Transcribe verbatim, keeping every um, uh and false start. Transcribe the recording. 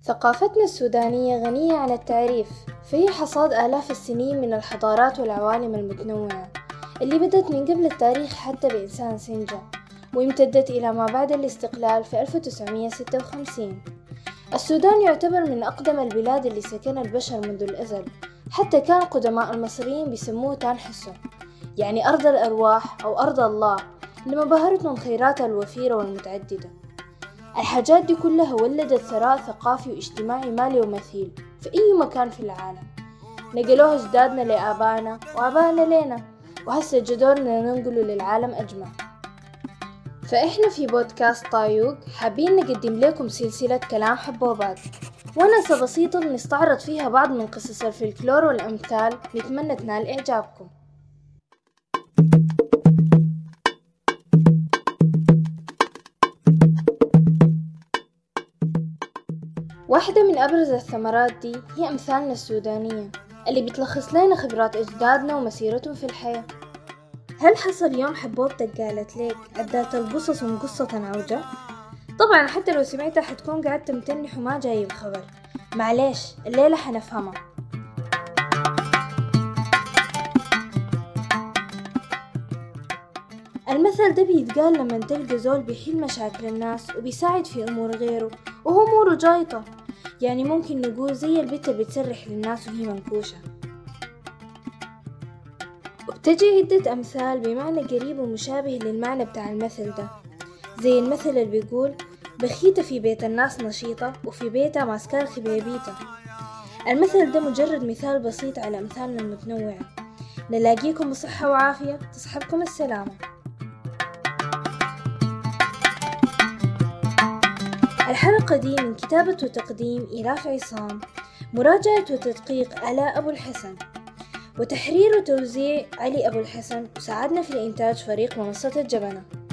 ثقافتنا السودانية غنية عن التعريف، فهي حصاد آلاف السنين من الحضارات والعوالم المتنوعة اللي بدت من قبل التاريخ حتى بإنسان سنجا، وامتدت إلى ما بعد الاستقلال في ألف وتسعمائة وستة وخمسين. السودان يعتبر من أقدم البلاد اللي سكن البشر منذ الأزل، حتى كان قدماء المصريين بيسموه تانحسو، يعني أرض الأرواح أو أرض الله، لما بهرت من خيراتها الوفيرة والمتعددة. الحاجات دي كلها ولدت ثراء ثقافي واجتماعي ما له مثيل في أي مكان في العالم، نقلوه أجدادنا لآبائنا وآبائنا لينا، وهسه جدورنا ننقله للعالم أجمع. فإحنا في بودكاست طايوق حابين نقدم لكم سلسلة كلام حبوبات، ونسة بسيطة نستعرض فيها بعض من قصص الفلكلور والأمثال، نتمنى تنال إعجابكم. واحدة من أبرز الثمرات دي هي أمثالنا السودانية اللي بتلخص لنا خبرات أجدادنا ومسيرتهم في الحياة. هل حصل يوم حبوبتك قالت لك عدات القصص قصة عوجة؟ طبعا حتى لو سمعتها حتكون قاعد تمتنح وما جايب خبر، معليش الليلة حنفهمها. المثل ده بيتقال لما تلقى زول بيحل مشاكل الناس وبيساعد في أمور غيره وهو أموره جايطة، يعني ممكن نقول زي البت اللي بتسرح للناس وهي منكوشة. وبتجي عدة أمثال بمعنى قريب ومشابه للمعنى بتاع المثل ده، زي المثل اللي بيقول بخيتة في بيت الناس نشيطة وفي بيتها ماسكار خبيبيتة. المثل ده مجرد مثال بسيط على أمثالنا المتنوعة. نلاقيكم بصحة وعافية، تصحبكم السلامة. الحلقة دي من كتابة وتقديم إيلاف عصام، مراجعة وتدقيق آلاء أبو الحسن، وتحرير وتوزيع علي أبو الحسن، وساعدنا في الإنتاج فريق منصة الجبنة.